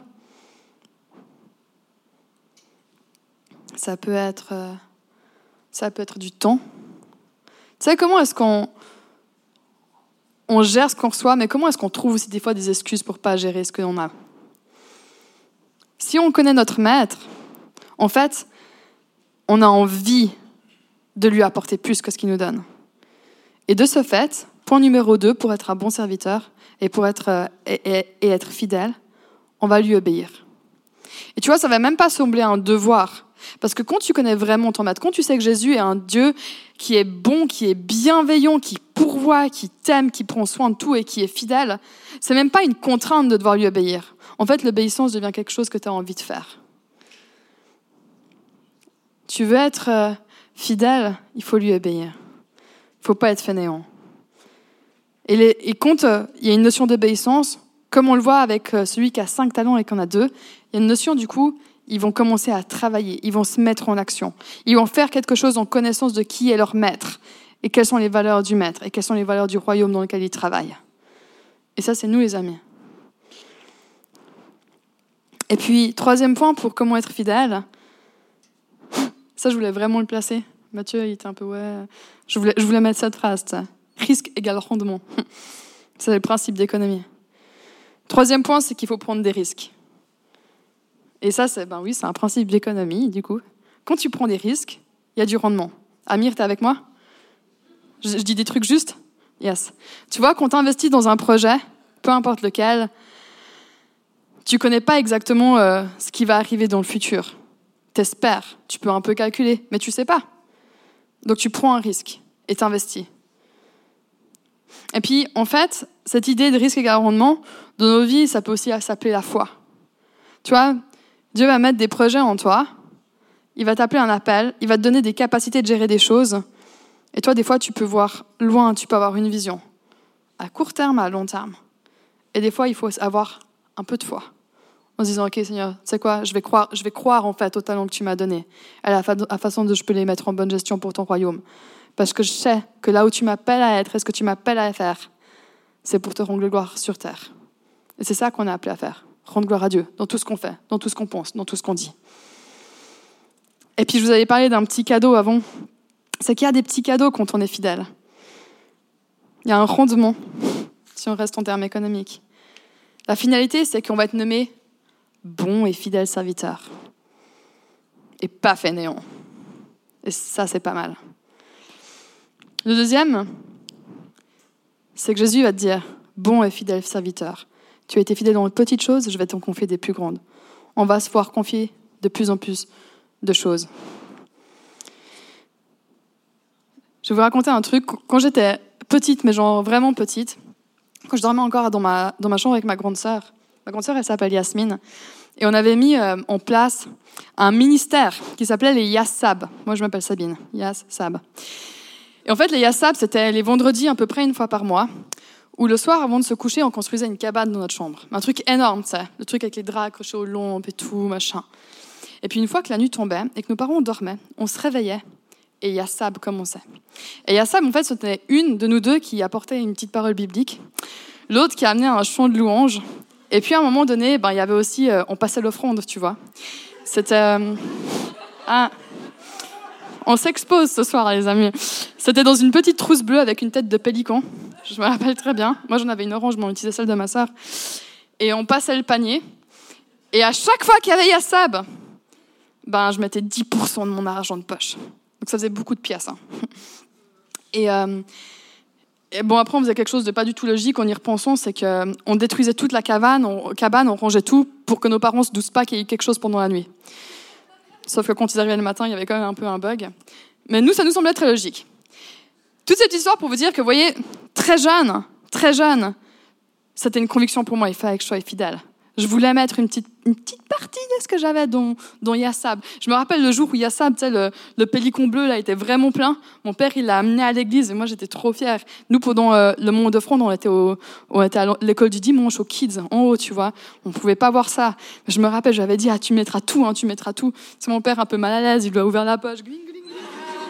Ça peut être, euh, ça peut être du temps. Tu sais, comment est-ce qu'on on gère ce qu'on reçoit, mais comment est-ce qu'on trouve aussi des fois des excuses pour ne pas gérer ce que l'on a? Si on connaît notre maître, en fait, on a envie de lui apporter plus que ce qu'il nous donne. Et de ce fait, point numéro deux, pour être un bon serviteur et pour être, euh, et, et, et être fidèle, on va lui obéir. Et tu vois, ça ne va même pas sembler un devoir. Parce que quand tu connais vraiment ton maître, quand tu sais que Jésus est un Dieu qui est bon, qui est bienveillant, qui pourvoit, qui t'aime, qui prend soin de tout et qui est fidèle, c'est même pas une contrainte de devoir lui obéir. En fait, l'obéissance devient quelque chose que tu as envie de faire. Tu veux être euh, fidèle, il faut lui obéir. Il ne faut pas être fainéant. Et, les, et quand euh, il y a une notion d'obéissance, comme on le voit avec euh, celui qui a cinq talents et qui en a deux, il y a une notion du coup, ils vont commencer à travailler, ils vont se mettre en action. Ils vont faire quelque chose en connaissance de qui est leur maître et quelles sont les valeurs du maître et quelles sont les valeurs du royaume dans lequel ils travaillent. Et ça, c'est nous les amis. Et puis, troisième point pour comment être fidèle. Ça, je voulais vraiment le placer. Mathieu, il était un peu, ouais... Je voulais, je voulais mettre cette phrase, ça. Risque égale rendement. C'est le principe d'économie. Troisième point, c'est qu'il faut prendre des risques. Et ça, c'est, ben oui, c'est un principe d'économie, du coup. Quand tu prends des risques, il y a du rendement. Amir, t'es avec moi ? je, je dis des trucs justes ? Yes. Tu vois, quand t'investis dans un projet, peu importe lequel, tu connais pas exactement euh, ce qui va arriver dans le futur. T'espères, tu peux un peu calculer, mais tu sais pas. Donc tu prends un risque et t'investis. Et puis, en fait, cette idée de risque égale rendement, dans nos vies, ça peut aussi s'appeler la foi. Tu vois, Dieu va mettre des projets en toi, il va t'appeler un appel, il va te donner des capacités de gérer des choses, et toi, des fois, tu peux voir loin, tu peux avoir une vision, à court terme, à long terme. Et des fois, il faut avoir un peu de foi, en se disant, ok Seigneur, tu sais quoi, je vais croire, je vais croire en fait aux talents que tu m'as donnés, à la, fa- à la façon dont je peux les mettre en bonne gestion pour ton royaume. Parce que je sais que là où tu m'appelles à être et ce que tu m'appelles à faire, c'est pour te rendre gloire sur terre. Et c'est ça qu'on est appelé à faire, rendre gloire à Dieu dans tout ce qu'on fait, dans tout ce qu'on pense, dans tout ce qu'on dit. Et puis je vous avais parlé d'un petit cadeau avant, c'est qu'il y a des petits cadeaux quand on est fidèle. Il y a un rendement, si on reste en termes économiques. La finalité, c'est qu'on va être nommé bon et fidèle serviteur. Et pas fainéant. Et ça, c'est pas mal. Le deuxième, c'est que Jésus va te dire, bon et fidèle serviteur, tu as été fidèle dans les petites choses, je vais t'en confier des plus grandes. On va se voir confier de plus en plus de choses. Je vais vous raconter un truc. Quand j'étais petite, mais genre vraiment petite, quand je dormais encore dans ma, dans ma chambre avec ma grande sœur, ma grande sœur, elle s'appelle Yasmine, et on avait mis euh, en place un ministère qui s'appelait les Yassab. Moi, je m'appelle Sabine. Yassab. Et en fait, les Yassab, c'était les vendredis à peu près une fois par mois, où le soir, avant de se coucher, on construisait une cabane dans notre chambre. Un truc énorme, tu sais, le truc avec les draps accrochés aux lampes et tout, machin. Et puis une fois que la nuit tombait et que nos parents dormaient, on se réveillait et Yassab commençait. Et Yassab, en fait, c'était une de nous deux qui apportait une petite parole biblique, l'autre qui amenait un chant de louange. Et puis à un moment donné, ben, il y avait aussi, euh, on passait l'offrande, tu vois. C'était... Euh, ah, on s'expose ce soir, les amis. C'était dans une petite trousse bleue avec une tête de pélican. Je me rappelle très bien. Moi, j'en avais une orange, mais on utilisait celle de ma sœur. Et on passait le panier. Et à chaque fois qu'il y avait Yassab, ben, je mettais dix pour cent de mon argent de poche. Donc ça faisait beaucoup de pièces. Hein. Et, euh, et bon, après, on faisait quelque chose de pas du tout logique en y repensant, c'est qu'on détruisait toute la cabane, on, cabane, on rangeait tout pour que nos parents se doutent pas qu'il y ait quelque chose pendant la nuit. Sauf que quand ils arrivaient le matin, il y avait quand même un peu un bug. Mais nous, ça nous semblait très logique. Toute cette histoire pour vous dire que, vous voyez, très jeune, très jeune, c'était une conviction pour moi, il fallait que je sois fidèle. Je voulais mettre une petite, une petite partie de ce que j'avais dans, dans Yassab. Je me rappelle le jour où Yassab, tu sais, le, le pélicon bleu, là, était vraiment plein. Mon père, il l'a amené à l'église et moi, j'étais trop fière. Nous, pendant euh, le moment d'offrande, on était, au, on était à l'école du dimanche, aux kids, en haut, tu vois. On pouvait pas voir ça. Mais je me rappelle, j'avais dit, ah, tu mettras tout, hein, tu mettras tout. C'est mon père un peu mal à l'aise, il lui a ouvert la poche. Gling, gling, gling.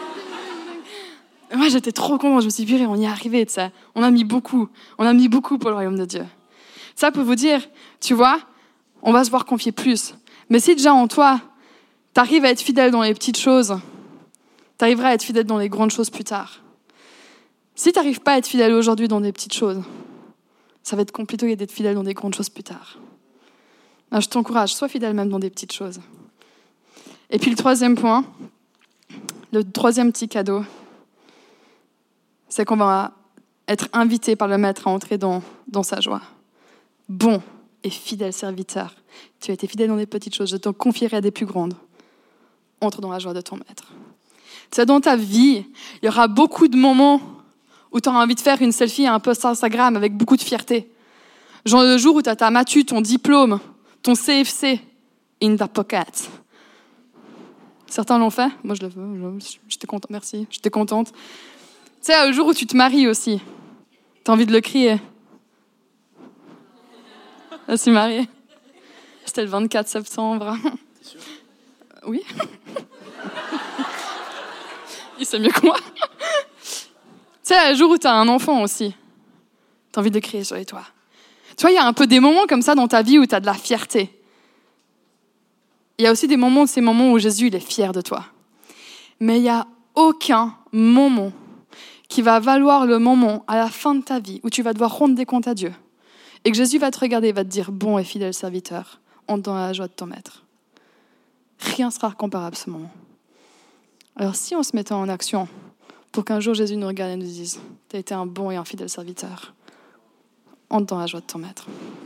Et moi, j'étais trop contente. Je me suis dit, on y est arrivé, tu sais. On a mis beaucoup. On a mis beaucoup pour le royaume de Dieu. Ça pour vous dire, tu vois, on va se voir confier plus. Mais si déjà en toi, tu arrives à être fidèle dans les petites choses, tu arriveras à être fidèle dans les grandes choses plus tard. Si tu n'arrives pas à être fidèle aujourd'hui dans des petites choses, ça va être compliqué d'être fidèle dans des grandes choses plus tard. Alors, je t'encourage, sois fidèle même dans des petites choses. Et puis le troisième point, le troisième petit cadeau, c'est qu'on va être invité par le Maître à entrer dans, dans sa joie. Bon et fidèle serviteur, tu as été fidèle dans des petites choses, je t'en confierai à des plus grandes. Entre dans la joie de ton Maître. Tu sais, dans ta vie, il y aura beaucoup de moments où tu auras envie de faire une selfie à un post Instagram avec beaucoup de fierté. Genre le jour où tu as ta matu, ton diplôme, ton C F C, in the pocket. Certains l'ont fait, moi je le veux, j'étais contente, merci, j'étais contente. Tu sais, le jour où tu te maries aussi, tu as envie de le crier. Je suis mariée. C'était le vingt-quatre septembre. T'es sûre ? Oui. Il sait mieux que moi. Tu sais, le jour où tu as un enfant aussi, tu as envie de crier sur les toits. Tu vois, il y a un peu des moments comme ça dans ta vie où tu as de la fierté. Il y a aussi des moments, ces moments où Jésus il est fier de toi. Mais il n'y a aucun moment qui va valoir le moment à la fin de ta vie où tu vas devoir rendre des comptes à Dieu. Et que Jésus va te regarder et va te dire « Bon et fidèle serviteur, entre dans la joie de ton maître ». Rien ne sera comparable à ce moment. Alors si on se mettait en action pour qu'un jour Jésus nous regarde et nous dise « Tu as été un bon et un fidèle serviteur, entre dans la joie de ton maître ».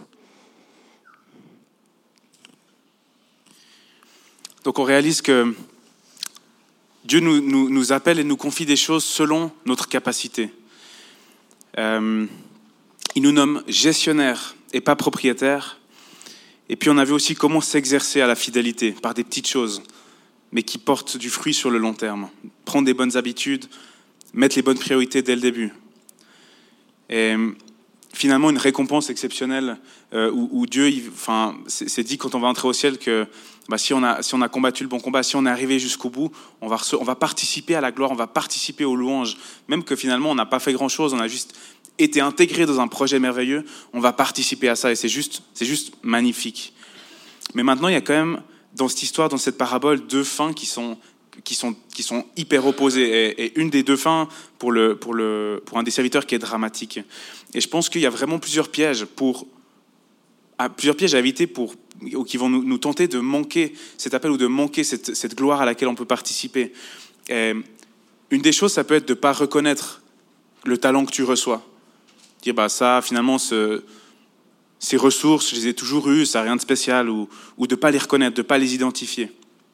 Donc on réalise que Dieu nous, nous, nous appelle et nous confie des choses selon notre capacité. Euh, il nous nomme gestionnaires et pas propriétaires. Et puis on a vu aussi comment s'exercer à la fidélité par des petites choses, mais qui portent du fruit sur le long terme. Prendre des bonnes habitudes, mettre les bonnes priorités dès le début. Et finalement, une récompense exceptionnelle euh, où, où Dieu, il, enfin, c'est, c'est dit quand on va entrer au ciel que bah, si, on a, si on a combattu le bon combat, si on est arrivé jusqu'au bout, on va, rece- on va participer à la gloire, on va participer aux louanges. Même que finalement, on n'a pas fait grand-chose, on a juste été intégré dans un projet merveilleux, on va participer à ça et c'est juste, c'est juste magnifique. Mais maintenant, il y a quand même, dans cette histoire, dans cette parabole, deux fins qui sont, qui sont, qui sont hyper opposées. Et, et une des deux fins, pour, le, pour, le, pour un des serviteurs qui est dramatique. Et je pense qu'il y a vraiment plusieurs pièges, pour, à, plusieurs pièges à éviter pour, ou qui vont nous, nous tenter de manquer cet appel ou de manquer cette, cette gloire à laquelle on peut participer. Et une des choses, ça peut être de ne pas reconnaître le talent que tu reçois. Dire, bah, ça, finalement, ce, ces ressources, je les ai toujours eues, ça n'a rien de spécial, ou, ou de ne pas les reconnaître, de ne pas les identifier.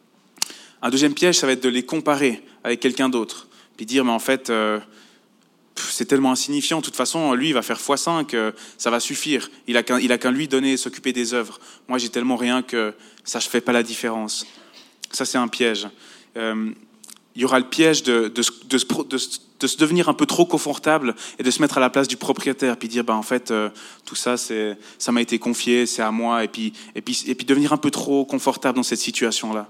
Un deuxième piège, ça va être de les comparer avec quelqu'un d'autre, puis dire, mais en fait, euh, c'est tellement insignifiant, de toute façon, lui, il va faire fois cinq, euh, ça va suffire, il n'a qu'un, il a qu'un lui donner, s'occuper des œuvres. Moi, j'ai tellement rien que ça ne fait pas la différence. Ça, c'est un piège. Euh, il y aura le piège de, de, de, de, de, de se devenir un peu trop confortable et de se mettre à la place du propriétaire, puis dire, bah, en fait, euh, tout ça, c'est, ça m'a été confié, c'est à moi, et puis, et, puis, et puis devenir un peu trop confortable dans cette situation-là.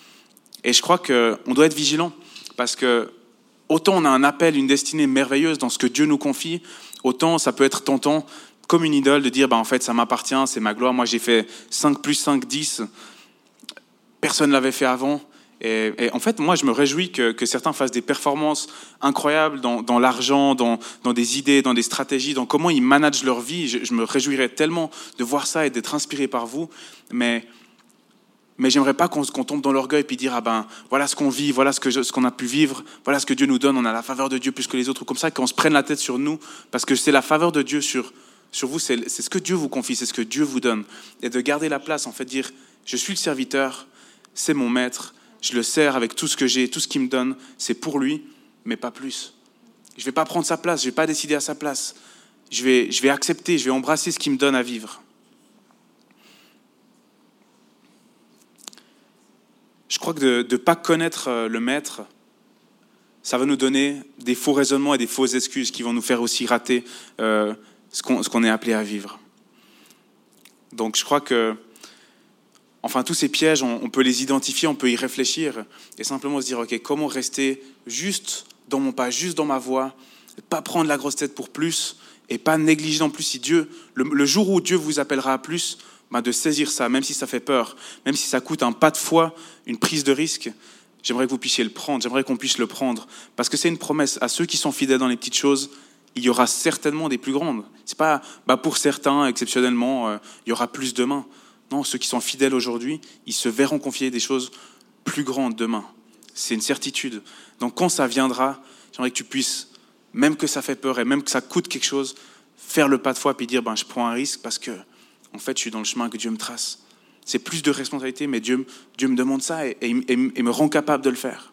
Et je crois qu'on doit être vigilant, parce que autant on a un appel, une destinée merveilleuse dans ce que Dieu nous confie, autant ça peut être tentant, comme une idole, de dire, bah, en fait, ça m'appartient, c'est ma gloire, moi j'ai fait cinq plus cinq, dix, personne ne l'avait fait avant. Et, et en fait, moi, je me réjouis que, que certains fassent des performances incroyables dans, dans l'argent, dans, dans des idées, dans des stratégies, dans comment ils managent leur vie. Je, je me réjouirais tellement de voir ça et d'être inspiré par vous. Mais, mais j'aimerais pas qu'on, qu'on tombe dans l'orgueil et dire, ah ben, voilà ce qu'on vit, voilà ce, que je, ce qu'on a pu vivre, voilà ce que Dieu nous donne, on a la faveur de Dieu plus que les autres, ou comme ça, qu'on se prenne la tête sur nous, parce que c'est la faveur de Dieu sur, sur vous, c'est, c'est ce que Dieu vous confie, c'est ce que Dieu vous donne. Et de garder la place, en fait, dire, je suis le serviteur, c'est mon maître, je le sers avec tout ce que j'ai, tout ce qu'il me donne, c'est pour lui, mais pas plus. Je ne vais pas prendre sa place, je ne vais pas décider à sa place. Je vais, je vais accepter, je vais embrasser ce qu'il me donne à vivre. Je crois que de ne pas connaître le maître, ça va nous donner des faux raisonnements et des fausses excuses qui vont nous faire aussi rater euh, ce, qu'on, ce qu'on est appelé à vivre. Donc je crois que Enfin, tous ces pièges, on, on peut les identifier, on peut y réfléchir et simplement se dire, ok, comment rester juste dans mon pas, juste dans ma voie, pas prendre la grosse tête pour plus et pas négliger non plus si Dieu, le, le jour où Dieu vous appellera à plus, bah de saisir ça, même si ça fait peur, même si ça coûte un pas de foi, une prise de risque, j'aimerais que vous puissiez le prendre, j'aimerais qu'on puisse le prendre, parce que c'est une promesse à ceux qui sont fidèles dans les petites choses. Il y aura certainement des plus grandes. C'est pas, bah pour certains, exceptionnellement, euh, il y aura plus demain. Non, ceux qui sont fidèles aujourd'hui, ils se verront confier des choses plus grandes demain. C'est une certitude. Donc quand ça viendra, j'aimerais que tu puisses, même que ça fait peur et même que ça coûte quelque chose, faire le pas de foi et dire, ben, je prends un risque parce que, en fait, je suis dans le chemin que Dieu me trace. C'est plus de responsabilité, mais Dieu, Dieu me demande ça et, et, et me rend capable de le faire.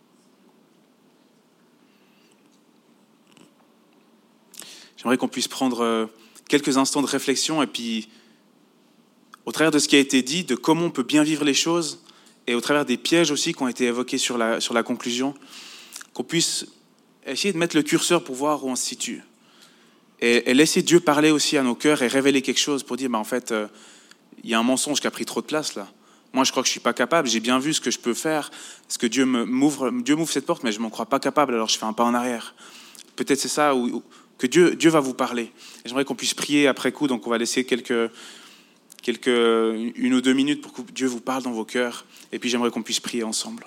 J'aimerais qu'on puisse prendre quelques instants de réflexion et puis, au travers de ce qui a été dit, de comment on peut bien vivre les choses, et au travers des pièges aussi qui ont été évoqués sur la, sur la conclusion, qu'on puisse essayer de mettre le curseur pour voir où on se situe. Et, et laisser Dieu parler aussi à nos cœurs et révéler quelque chose pour dire, bah, en fait, euh, il y a un mensonge qui a pris trop de place là. Moi, je crois que je ne suis pas capable, j'ai bien vu ce que je peux faire, ce que Dieu me, m'ouvre, Dieu m'ouvre cette porte, mais je ne m'en crois pas capable, alors je fais un pas en arrière. Peut-être c'est ça, où, où, que Dieu, Dieu va vous parler. Et j'aimerais qu'on puisse prier après coup, donc on va laisser quelques... quelques, une ou deux minutes pour que Dieu vous parle dans vos cœurs. Et puis j'aimerais qu'on puisse prier ensemble.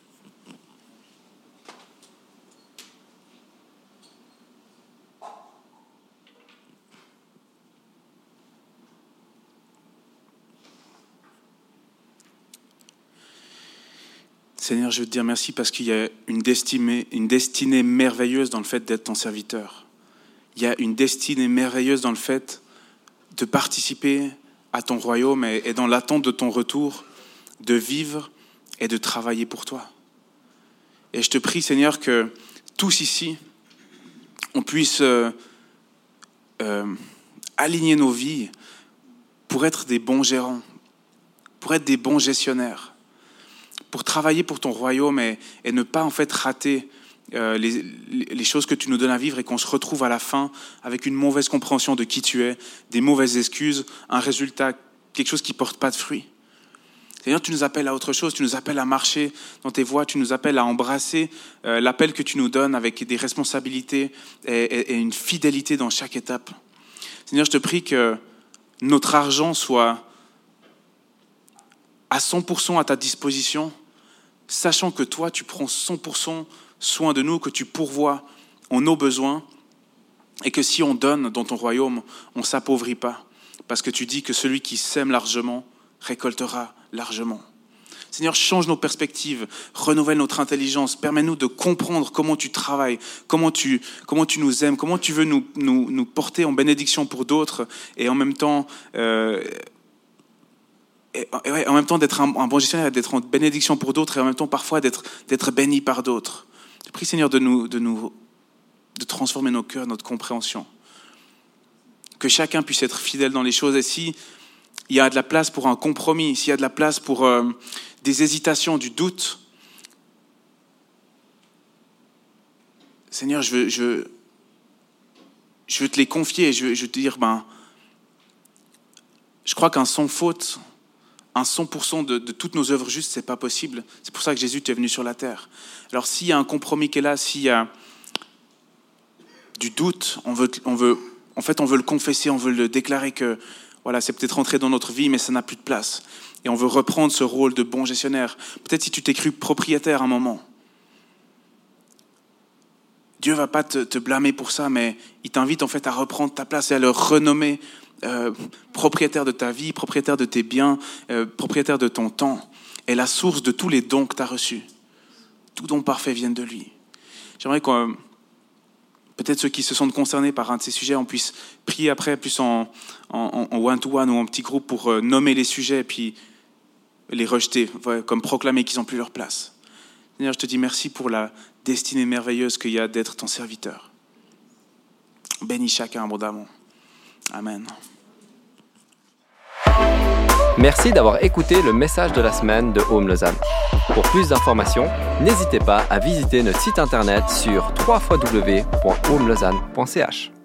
Seigneur, je veux te dire merci parce qu'il y a une destinée, une destinée merveilleuse dans le fait d'être ton serviteur. Il y a une destinée merveilleuse dans le fait de participer à ton royaume et, et dans l'attente de ton retour, de vivre et de travailler pour toi. Et je te prie, Seigneur, que tous ici, on puisse euh, euh, aligner nos vies pour être des bons gérants, pour être des bons gestionnaires, pour travailler pour ton royaume et, et ne pas en fait rater euh, les, les choses que tu nous donnes à vivre et qu'on se retrouve à la fin avec une mauvaise compréhension de qui tu es, des mauvaises excuses, un résultat, quelque chose qui ne porte pas de fruits. Seigneur, tu nous appelles à autre chose, tu nous appelles à marcher dans tes voies, tu nous appelles à embrasser euh, l'appel que tu nous donnes avec des responsabilités et, et, et une fidélité dans chaque étape. Seigneur, je te prie que notre argent soit à cent pour cent à ta disposition, sachant que toi, tu prends cent pour cent soin de nous, que tu pourvois en nos besoins, et que si on donne dans ton royaume, on ne s'appauvrit pas, parce que tu dis que celui qui sème largement récoltera largement. Seigneur, change nos perspectives, renouvelle notre intelligence, permets-nous de comprendre comment tu travailles, comment tu, comment tu nous aimes, comment tu veux nous, nous, nous porter en bénédiction pour d'autres, et en même temps... Euh, Et, et en même temps d'être un, un bon gestionnaire, d'être en bénédiction pour d'autres et en même temps parfois d'être, d'être béni par d'autres. Je prie Seigneur de nous, de nous de transformer nos cœurs, notre compréhension. Que chacun puisse être fidèle dans les choses et si il y a de la place pour un compromis, s'il y a de la place pour euh, des hésitations, du doute, Seigneur, je veux, je veux, je veux te les confier et je veux, je veux te dire, ben, je crois qu'un sans faute, un cent pour cent de, de toutes nos œuvres justes, c'est pas possible. C'est pour ça que Jésus est venu sur la terre. Alors s'il y a un compromis qui est là, s'il y a du doute, on veut, on veut, en fait, on veut le confesser, on veut le déclarer que voilà, c'est peut-être rentré dans notre vie, mais ça n'a plus de place. Et on veut reprendre ce rôle de bon gestionnaire. Peut-être si tu t'es cru propriétaire à un moment. Dieu va pas te, te blâmer pour ça, mais il t'invite en fait à reprendre ta place et à le renommer Euh, propriétaire de ta vie, propriétaire de tes biens, euh, propriétaire de ton temps, est la source de tous les dons que tu as reçus. Tout don parfait vient de lui. J'aimerais qu'on, peut-être ceux qui se sentent concernés par un de ces sujets, on puisse prier après plus en, en, en one-to-one ou en petit groupe pour euh, nommer les sujets et puis les rejeter, ouais, comme proclamer qu'ils n'ont plus leur place. Seigneur, je te dis merci pour la destinée merveilleuse qu'il y a d'être ton serviteur. Bénis chacun abondamment. Amen. Merci d'avoir écouté le message de la semaine de Home Lausanne. Pour plus d'informations, n'hésitez pas à visiter notre site internet sur w w w point home lausanne point c h.